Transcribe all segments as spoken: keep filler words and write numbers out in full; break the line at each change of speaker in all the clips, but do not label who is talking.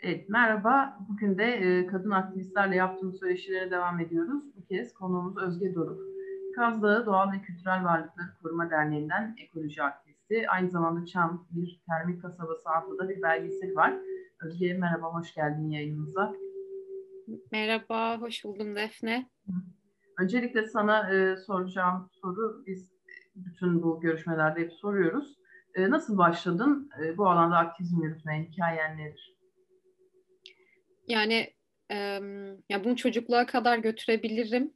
Evet, merhaba. Bugün de e, kadın aktivistlerle yaptığımız söyleşilere devam ediyoruz. Bu kez konuğumuz Özge Doruk. Kaz Dağı Doğal ve Kültürel Varlıkları Koruma Derneği'nden ekoloji aktivisti. Aynı zamanda Çam Bir Termik Kasabası adlı da bir belgesel var. Özge merhaba, hoş geldin yayınımıza.
Merhaba, hoş buldum Defne.
Öncelikle sana e, soracağım soru, biz bütün bu görüşmelerde hep soruyoruz. E, nasıl başladın e, bu alanda aktivizm yürütmeye, hikayen nedir?
Yani em, ya bunu çocukluğa kadar götürebilirim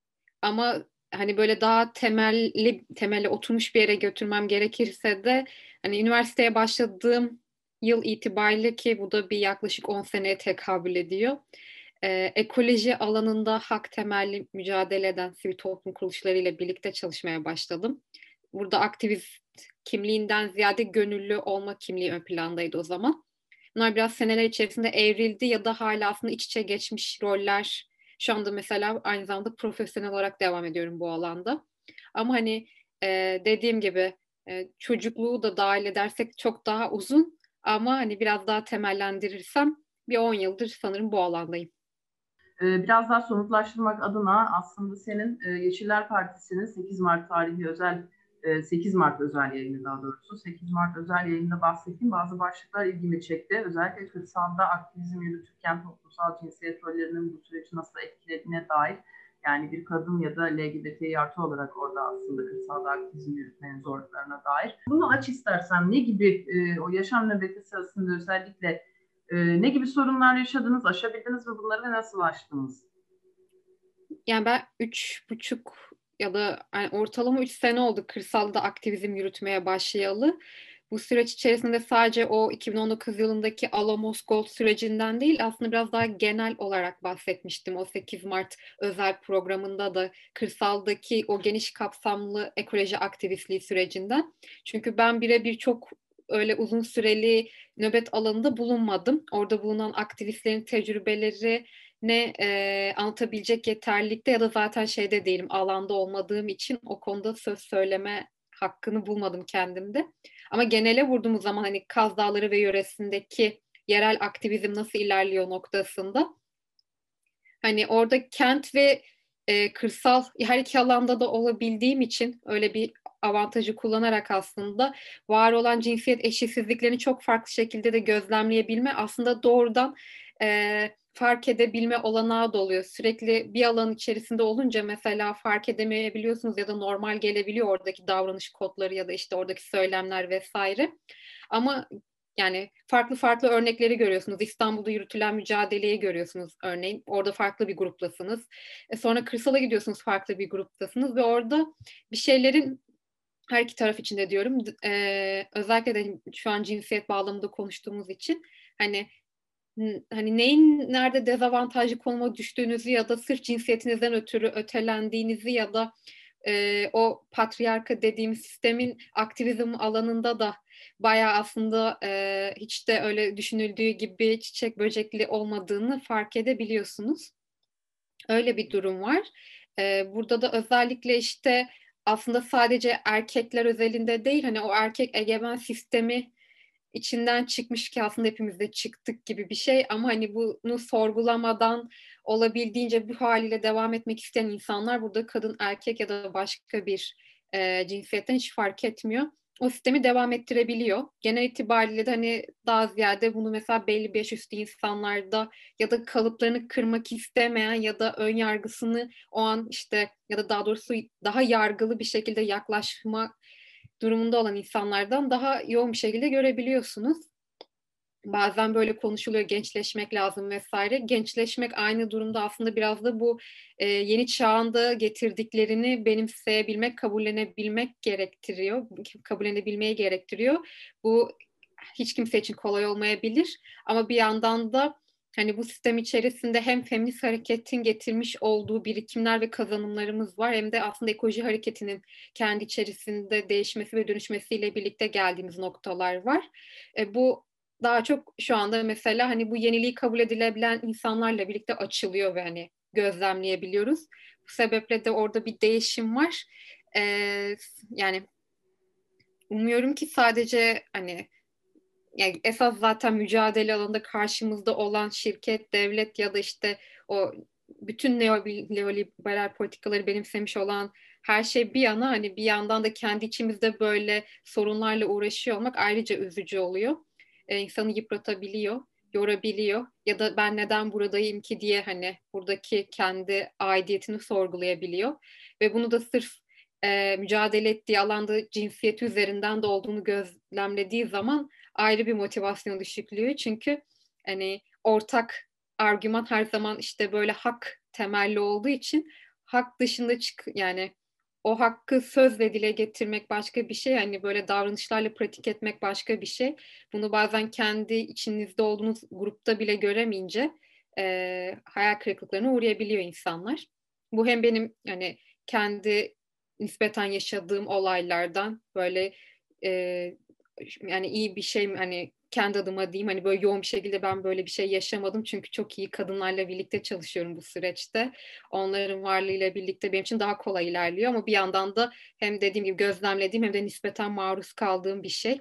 ama hani böyle daha temelli temeli oturmuş bir yere götürmem gerekirse de hani üniversiteye başladığım yıl itibariyle ki bu da bir yaklaşık on seneye tekabül ediyor. Ee, ekoloji alanında hak temelli mücadele eden sivil toplum kuruluşlarıyla birlikte çalışmaya başladım. Burada aktivist kimliğinden ziyade gönüllü olma kimliği ön plandaydı o zaman. Bunlar biraz seneler içerisinde evrildi ya da hala aslında iç içe geçmiş roller. Şu anda mesela aynı zamanda profesyonel olarak devam ediyorum bu alanda. Ama hani e, dediğim gibi e, çocukluğu da dahil edersek çok daha uzun ama hani biraz daha temellendirirsem bir on yıldır sanırım bu alandayım.
Ee, Biraz daha somutlaştırmak adına aslında senin e, Yeşiller Partisi'nin sekiz Mart tarihi özel e, sekiz Mart özel yayını daha doğrusu sekiz Mart özel yayında bahsettiğim bazı başlıklar ilgimi çekti. Özellikle kırsalda aktivizm yürütürken toplumsal cinsiyet rollerinin bu süreci nasıl etkilediğine dair, yani bir kadın ya da L G B T artı olarak orada aslında kırsalda aktivizm yürütmenin zorluklarına dair. Bunu aç istersen, ne gibi e, o yaşam nöbeti sırasında özellikle ee, ne gibi sorunlar yaşadınız, aşabildiniz mi bunları ve nasıl aştınız?
Yani ben üç buçuk ya da yani ortalama üç sene oldu kırsalda aktivizm yürütmeye başlayalı. Bu süreç içerisinde sadece o iki bin on dokuz yılındaki Alamos Gold sürecinden değil aslında biraz daha genel olarak bahsetmiştim. O sekiz Mart özel programında da kırsaldaki o geniş kapsamlı ekoloji aktivistliği sürecinden. Çünkü ben birebir çok öyle uzun süreli nöbet alanında bulunmadım. Orada bulunan aktivistlerin tecrübeleri ne e, anlatabilecek yeterlilikte ya da zaten şeyde değilim alanda olmadığım için o konuda söz söyleme hakkını bulmadım kendimde. Ama genele vurduğumuz zaman hani Kaz Dağları ve yöresindeki yerel aktivizm nasıl ilerliyor noktasında hani orada kent ve e, kırsal her iki alanda da olabildiğim için öyle bir avantajı kullanarak aslında var olan cinsiyet eşitsizliklerini çok farklı şekilde de gözlemleyebilme aslında doğrudan e, fark edebilme olanağı da oluyor. Sürekli bir alan içerisinde olunca mesela fark edemeyebiliyorsunuz ya da normal gelebiliyor oradaki davranış kodları ya da işte oradaki söylemler vesaire. Ama yani farklı farklı örnekleri görüyorsunuz. İstanbul'da yürütülen mücadeleyi görüyorsunuz örneğin. Orada farklı bir gruplasınız. E sonra kırsala gidiyorsunuz farklı bir gruptasınız ve orada bir şeylerin her iki taraf için de diyorum e, özellikle de şu an cinsiyet bağlamında konuştuğumuz için hani hani neyin nerede dezavantajlı konuma düştüğünüzü ya da sırf cinsiyetinizden ötürü ötelendiğinizi ya da e, o patriarka dediğimiz sistemin aktivizm alanında da bayağı aslında e, hiç de öyle düşünüldüğü gibi çiçek böcekli olmadığını fark edebiliyorsunuz. Öyle bir durum var. E, burada da özellikle işte aslında sadece erkekler özelinde değil hani o erkek egemen sistemi içinden çıkmış ki aslında hepimiz de çıktık gibi bir şey ama hani bunu sorgulamadan olabildiğince bu haliyle devam etmek isteyen insanlar burada kadın erkek ya da başka bir e, cinsiyetten hiç fark etmiyor. O sistemi devam ettirebiliyor. Genel itibariyle de hani daha ziyade bunu mesela belli bir yaş üstü insanlarda ya da kalıplarını kırmak istemeyen ya da ön yargısını o an işte ya da daha doğrusu daha yargılı bir şekilde yaklaşma durumunda olan insanlardan daha yoğun bir şekilde görebiliyorsunuz. Bazen böyle konuşuluyor gençleşmek lazım vesaire. Gençleşmek aynı durumda aslında biraz da bu e, yeni çağında getirdiklerini benimseyebilmek, kabullenebilmek gerektiriyor. Kabullenebilmeyi gerektiriyor. Bu hiç kimse için kolay olmayabilir. Ama bir yandan da hani bu sistem içerisinde hem feminist hareketin getirmiş olduğu birikimler ve kazanımlarımız var hem de aslında ekoloji hareketinin kendi içerisinde değişmesi ve dönüşmesiyle birlikte geldiğimiz noktalar var. E, bu daha çok şu anda mesela hani bu yeniliği kabul edilebilen insanlarla birlikte açılıyor ve hani gözlemleyebiliyoruz. Bu sebeple de orada bir değişim var. Ee, yani umuyorum ki sadece hani yani esas zaten mücadele alanında karşımızda olan şirket, devlet ya da işte o bütün neoliberal politikaları benimsemiş olan her şey bir yana, hani bir yandan da kendi içimizde böyle sorunlarla uğraşıyor olmak ayrıca üzücü oluyor. E, insanı yıpratabiliyor, yorabiliyor ya da ben neden buradayım ki diye hani buradaki kendi aidiyetini sorgulayabiliyor. Ve bunu da sırf e, mücadele ettiği alanda cinsiyeti üzerinden de olduğunu gözlemlediği zaman ayrı bir motivasyon düşüklüğü. Çünkü hani ortak argüman her zaman işte böyle hak temelli olduğu için hak dışında çık yani o hakkı sözle dile getirmek başka bir şey. Hani böyle davranışlarla pratik etmek başka bir şey. Bunu bazen kendi içinizde olduğunuz grupta bile göremeyince e, hayal kırıklıklarına uğrayabiliyor insanlar. Bu hem benim hani kendi nispeten yaşadığım olaylardan böyle e, yani iyi bir şey hani kendi adıma diyeyim hani böyle yoğun bir şekilde ben böyle bir şey yaşamadım çünkü çok iyi kadınlarla birlikte çalışıyorum bu süreçte. Onların varlığıyla birlikte benim için daha kolay ilerliyor ama bir yandan da hem dediğim gibi gözlemlediğim hem de nispeten maruz kaldığım bir şey.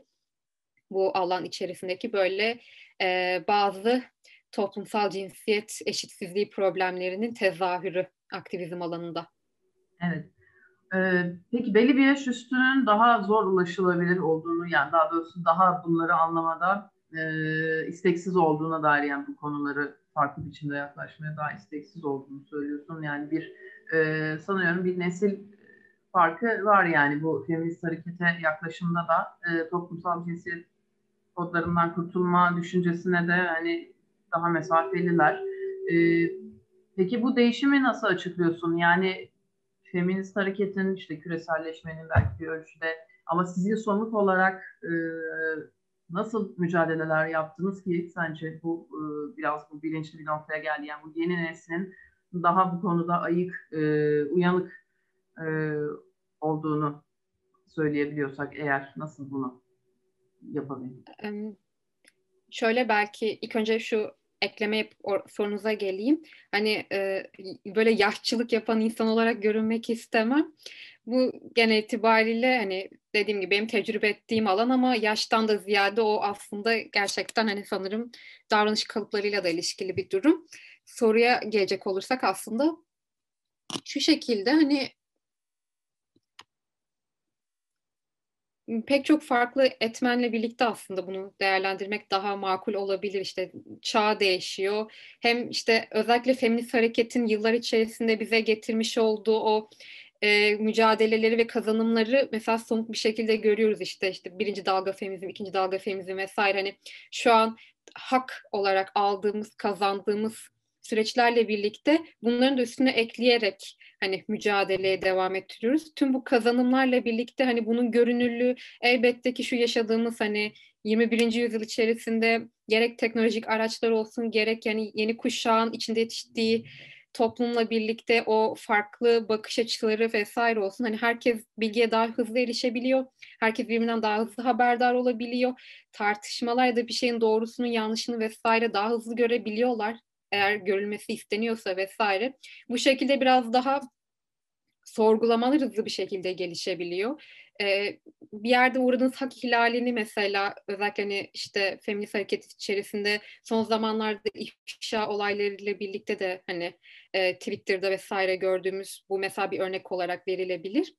Bu alan içerisindeki böyle e, bazı toplumsal cinsiyet eşitsizliği problemlerinin tezahürü aktivizm alanında.
Evet. Ee, peki belli bir yaş üstünün daha zor ulaşılabilir olduğunu, yani daha doğrusu daha bunları anlamada e, isteksiz olduğuna dair, yani bu konuları farklı biçimde yaklaşmaya daha isteksiz olduğunu söylüyorsun. Yani bir e, sanıyorum bir nesil farkı var, yani bu feminist harekete yaklaşımda da e, toplumsal cinsiyet kodlarından kurtulma düşüncesine de hani daha mesafeliler. E, peki bu değişimi nasıl açıklıyorsun? Yani feminist hareketin, işte küreselleşmenin belki bir ölçüde, ama sizin somut olarak e, nasıl mücadeleler yaptınız ki sence bu e, biraz bu bilinçli bir noktaya geldi? Yani bu yeni neslin daha bu konuda ayık, e, uyanık e, olduğunu söyleyebiliyorsak eğer, nasıl bunu yapabiliriz?
Şöyle belki ilk önce şu ekleme yapıp sorunuza geleyim. Hani e, böyle yaşçılık yapan insan olarak görünmek istemem. Bu gene itibariyle hani dediğim gibi benim tecrübe ettiğim alan ama yaştan da ziyade o aslında gerçekten hani sanırım davranış kalıplarıyla da ilişkili bir durum. Soruya gelecek olursak aslında şu şekilde hani pek çok farklı etmenle birlikte aslında bunu değerlendirmek daha makul olabilir. İşte çağ değişiyor. Hem işte özellikle feminist hareketin yıllar içerisinde bize getirmiş olduğu o e, mücadeleleri ve kazanımları mesela somut bir şekilde görüyoruz. İşte işte birinci dalga feminizm, ikinci dalga feminizm vesaire. Hani şu an hak olarak aldığımız, kazandığımız süreçlerle birlikte bunların da üstüne ekleyerek hani mücadeleye devam ettiriyoruz. Tüm bu kazanımlarla birlikte hani bunun görünürlüğü elbette ki şu yaşadığımız hani yirmi birinci yüzyıl içerisinde gerek teknolojik araçlar olsun gerek yani yeni kuşağın içinde yetiştiği toplumla birlikte o farklı bakış açıları vesaire olsun. Hani herkes bilgiye daha hızlı erişebiliyor. Herkes birbirinden daha hızlı haberdar olabiliyor. Tartışmalar da bir şeyin doğrusunu yanlışını vesaire daha hızlı görebiliyorlar. Eğer görülmesi isteniyorsa vesaire. Bu şekilde biraz daha sorgulamalar hızlı bir şekilde gelişebiliyor. Ee, bir yerde uğradığınız hak ihlalini mesela özellikle hani işte feminist hareket içerisinde son zamanlarda ifşa olaylarıyla birlikte de hani e, Twitter'da vesaire gördüğümüz bu mesela bir örnek olarak verilebilir.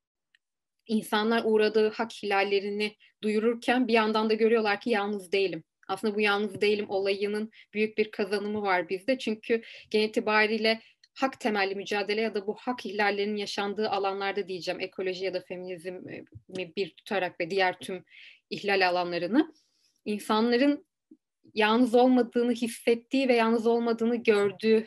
İnsanlar uğradığı hak ihlallerini duyururken bir yandan da görüyorlar ki yalnız değilim. Aslında bu yalnız değilim olayının büyük bir kazanımı var bizde. Çünkü genel itibariyle hak temelli mücadele ya da bu hak ihlallerinin yaşandığı alanlarda diyeceğim ekoloji ya da feminizmi bir tutarak ve diğer tüm ihlal alanlarını insanların yalnız olmadığını hissettiği ve yalnız olmadığını gördüğü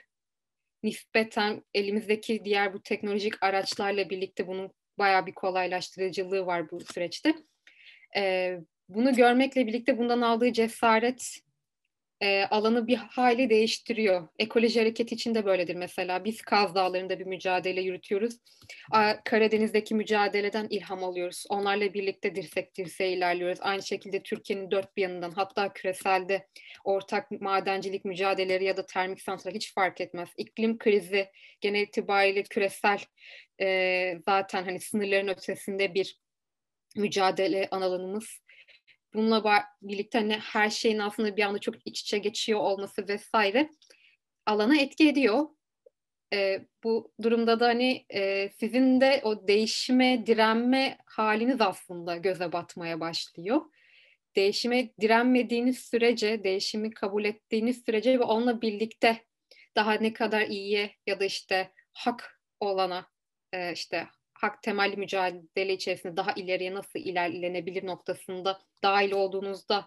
nispeten elimizdeki diğer bu teknolojik araçlarla birlikte bunun bayağı bir kolaylaştırıcılığı var bu süreçte. Ee, bunu görmekle birlikte bundan aldığı cesaret e, alanı bir hali değiştiriyor. Ekoloji hareketi için de böyledir mesela. Biz Kaz Dağları'nda bir mücadele yürütüyoruz. Karadeniz'deki mücadeleden ilham alıyoruz. Onlarla birlikte dirsek dirseğe ilerliyoruz. Aynı şekilde Türkiye'nin dört bir yanından hatta küreselde ortak madencilik mücadeleleri ya da termik santral hiç fark etmez. İklim krizi genel itibariyle küresel e, zaten hani sınırların ötesinde bir mücadele alanımız. bununla birlikte hani her şeyin aslında bir anda çok iç içe geçiyor olması vesaire alana etki ediyor. E, bu durumda da hani e, sizin de o değişime direnme haliniz aslında göze batmaya başlıyor. Değişime direnmediğiniz sürece, değişimi kabul ettiğiniz sürece ve onunla birlikte daha ne kadar iyiye ya da işte hak olana, e, işte hak temelli mücadele içerisinde daha ileriye nasıl ilerlenebilir noktasında dahil olduğunuzda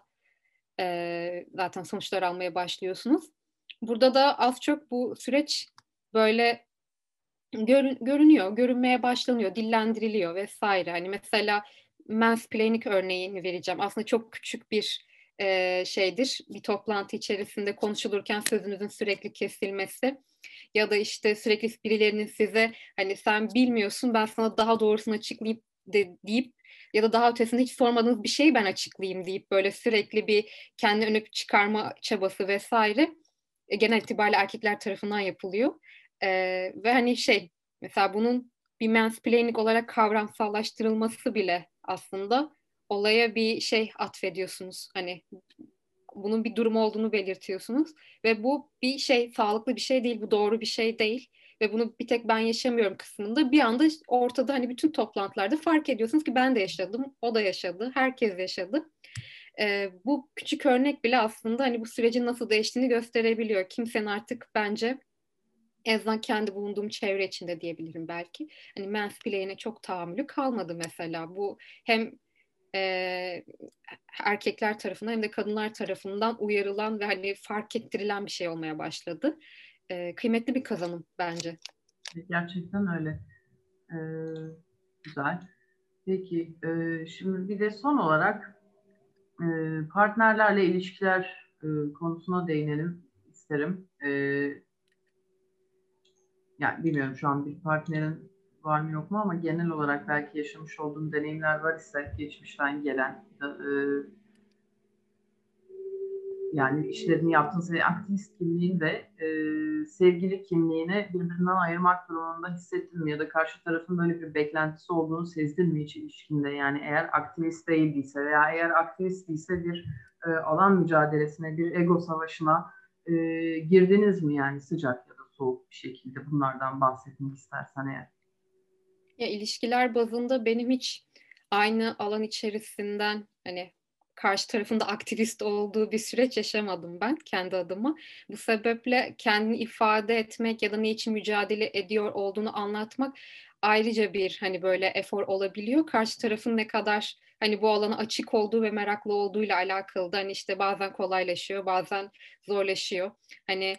e, zaten sonuçlar almaya başlıyorsunuz. Burada da az çok bu süreç böyle gör, görünüyor, görünmeye başlanıyor, dillendiriliyor vesaire. Hani mesela mansplaining örneğini vereceğim. Aslında çok küçük bir e, şeydir. Bir toplantı içerisinde konuşulurken sözünüzün sürekli kesilmesi ya da işte sürekli birilerinin size hani sen bilmiyorsun ben sana daha doğrusunu açıklayıp de, deyip ya da daha ötesinde hiç sormadığınız bir şeyi ben açıklayayım deyip böyle sürekli bir kendi öne çıkarma çabası vesaire e, genel itibariyle erkekler tarafından yapılıyor. E, ve hani şey mesela bunun bir mansplaining olarak kavramsallaştırılması bile aslında olaya bir şey atfediyorsunuz. Hani bunun bir durum olduğunu belirtiyorsunuz ve bu bir şey sağlıklı bir şey değil, bu doğru bir şey değil ve bunu bir tek ben yaşamıyorum kısmında bir anda ortada hani bütün toplantılarda fark ediyorsunuz ki ben de yaşadım, o da yaşadı, herkes yaşadı. Ee, bu küçük örnek bile aslında hani bu sürecin nasıl değiştiğini gösterebiliyor. Kimsenin artık bence en azından kendi bulunduğum çevre içinde diyebilirim belki. Hani mansplain'e çok tahammülü kalmadı mesela. Bu hem e, erkekler tarafından hem de kadınlar tarafından uyarılan ve hani fark ettirilen bir şey olmaya başladı. E, kıymetli bir kazanım bence.
Gerçekten öyle. Ee, güzel. Peki, e, şimdi bir de son olarak e, partnerlerle ilişkiler e, konusuna değinelim isterim. E, yani bilmiyorum şu an bir partnerin var mı yok mu ama genel olarak belki yaşamış olduğun deneyimler var ise geçmişten gelen e, yani işlerini yaptığınız ve aktivist kimliğin ve e, sevgili kimliğini birbirinden ayırmak durumunda hissettin mi? Ya da karşı tarafın böyle bir beklentisi olduğunu sezdin mi hiç ilişkinde? Yani eğer aktivist değildiyse veya eğer aktivist ise bir e, alan mücadelesine, bir ego savaşına e, girdiniz mi yani sıcak ya da soğuk bir şekilde? Bunlardan bahsetmek istersen eğer.
Ya ilişkiler bazında benim hiç aynı alan içerisinden hani karşı tarafında aktivist olduğu bir süreç yaşamadım ben kendi adıma. Bu sebeple kendini ifade etmek ya da ne için mücadele ediyor olduğunu anlatmak ayrıca bir hani böyle efor olabiliyor. Karşı tarafın ne kadar hani bu alana açık olduğu ve meraklı olduğuyla alakalı da hani işte bazen kolaylaşıyor, bazen zorlaşıyor. Hani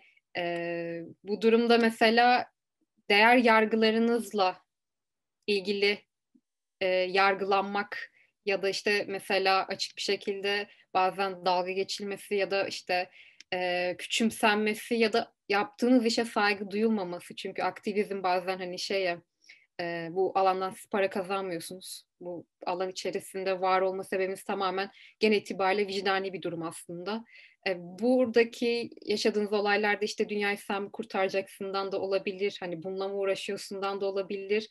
e, bu durumda mesela değer yargılarınızla ilgili e, yargılanmak ya da işte mesela açık bir şekilde bazen dalga geçilmesi ya da işte e, küçümsenmesi ya da yaptığınız işe saygı duyulmaması. Çünkü aktivizm bazen hani şey ya e, bu alandan siz para kazanmıyorsunuz. Bu alan içerisinde var olma sebebimiz tamamen genel itibariyle vicdani bir durum aslında. E, buradaki yaşadığınız olaylarda işte dünyayı sen mi kurtaracaksından da olabilir. Hani bununla mı uğraşıyorsundan da olabilir.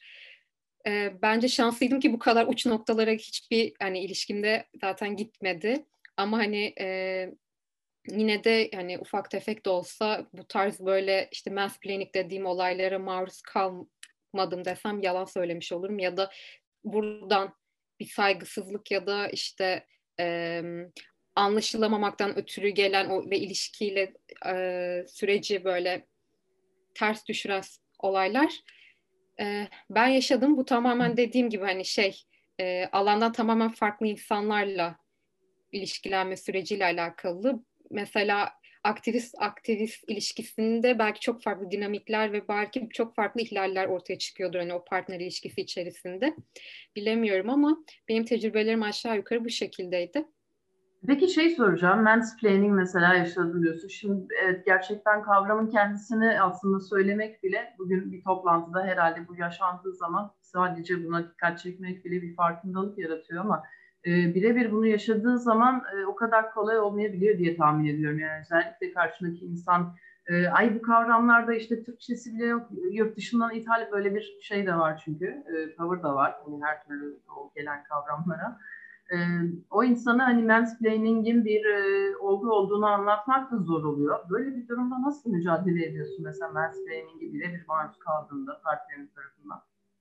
E, bence şanslıydım ki bu kadar uç noktalara hiçbir hani ilişkimde zaten gitmedi. Ama hani e, yine de hani ufak tefek de olsa bu tarz böyle işte mansplaining dediğim olaylara maruz kalmadım desem yalan söylemiş olurum ya da buradan bir saygısızlık ya da işte e, anlaşılamamaktan ötürü gelen o ve ilişkiyle e, süreci böyle ters düşüren olaylar e, ben yaşadım. Bu tamamen dediğim gibi hani şey e, alandan tamamen farklı insanlarla ilişkilenme süreciyle alakalı. Mesela aktivist aktivist ilişkisinde belki çok farklı dinamikler ve belki çok farklı ihlaller ortaya çıkıyordur hani o partner ilişkisi içerisinde. Bilemiyorum ama benim tecrübelerim aşağı yukarı bu şekildeydi.
Peki şey soracağım, mansplaining mesela yaşadım diyorsun. Şimdi evet, gerçekten kavramın kendisini aslında söylemek bile bugün bir toplantıda herhalde bu yaşandığı zaman sadece buna dikkat çekmek bile bir farkındalık yaratıyor ama e, birebir bunu yaşadığın zaman e, o kadar kolay olmayabiliyor diye tahmin ediyorum. Yani özellikle karşındaki insan e, ay bu kavramlarda işte Türkçesi bile yok, yurt dışından ithal böyle bir şey de var çünkü e, tavır da var. Yani her türlü o gelen kavramlara. e, o insana hani mansplaining'in bir e, olgu olduğunu anlatmak da zor oluyor. Böyle bir durumda nasıl mücadele ediyorsun mesela mansplaining'e birebir maruz kaldığında partnerin tarafından?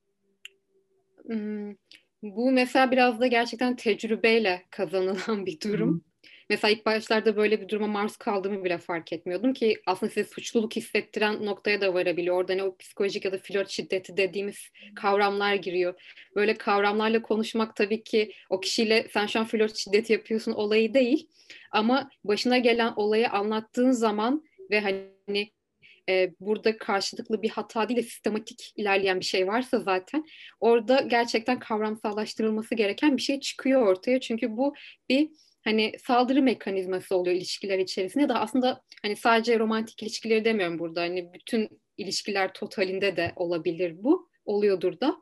Hmm, Bu mesela biraz da gerçekten tecrübeyle kazanılan bir
Hı
durum. Mesela ilk başlarda böyle bir duruma maruz kaldığımı bile fark etmiyordum ki aslında size suçluluk hissettiren noktaya da varabiliyor. Orada hani o psikolojik ya da flört şiddeti dediğimiz kavramlar giriyor. Böyle kavramlarla konuşmak tabii ki o kişiyle sen şu an flört şiddeti yapıyorsun olayı değil. Ama başına gelen olayı anlattığın zaman ve hani e, burada karşılıklı bir hata değil de sistematik ilerleyen bir şey varsa zaten orada gerçekten kavramsallaştırılması gereken bir şey çıkıyor ortaya. Çünkü bu bir hani saldırı mekanizması oluyor ilişkiler içerisinde de aslında hani sadece romantik ilişkileri demiyorum burada. Hani bütün ilişkiler totalinde de olabilir bu. Oluyordur da.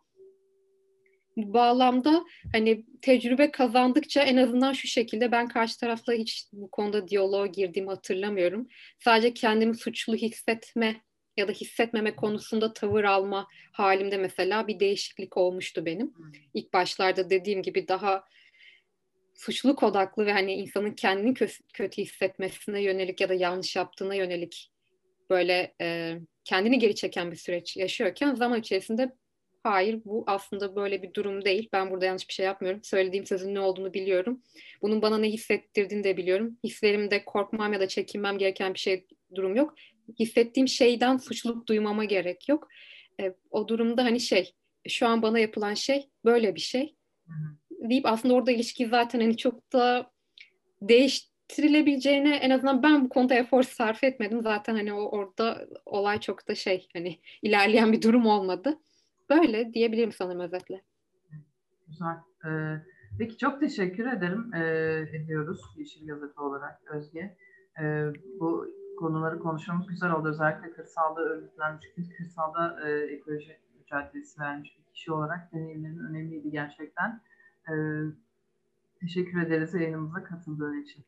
Bu bağlamda hani tecrübe kazandıkça en azından şu şekilde ben karşı tarafla hiç bu konuda diyaloğa girdiğimi hatırlamıyorum. Sadece kendimi suçlu hissetme ya da hissetmeme konusunda tavır alma halimde mesela bir değişiklik olmuştu benim.
hı.
İlk başlarda dediğim gibi daha suçluluk odaklı ve hani insanın kendini kö- kötü hissetmesine yönelik ya da yanlış yaptığına yönelik böyle e, kendini geri çeken bir süreç yaşıyorken zaman içerisinde hayır bu aslında böyle bir durum değil. Ben burada yanlış bir şey yapmıyorum. Söylediğim sözün ne olduğunu biliyorum. Bunun bana ne hissettirdiğini de biliyorum. Hislerimde korkmam ya da çekinmem gereken bir şey durum yok. Hissettiğim şeyden suçluluk duymama gerek yok. E, o durumda hani şey şu an bana yapılan şey böyle bir şey
Hı hı.
deyip aslında orada ilişki zaten hani çok da değiştirilebileceğine en azından ben bu konuda efor sarf etmedim. Zaten hani o orada olay çok da şey hani ilerleyen bir durum olmadı. Böyle diyebilirim sanırım özetle.
Güzel. Ee, peki çok teşekkür ederim ee, ediyoruz Yeşil Gazete olarak Özge. Ee, bu konuları konuşmamız güzel oldu. Özellikle kırsalda örgütlenmiş, kırsalda e, ekoloji mücadelesi vermiş bir kişi olarak deneyimlerin önemliydi gerçekten. Ee, teşekkür ederiz yayınımıza katıldığın için.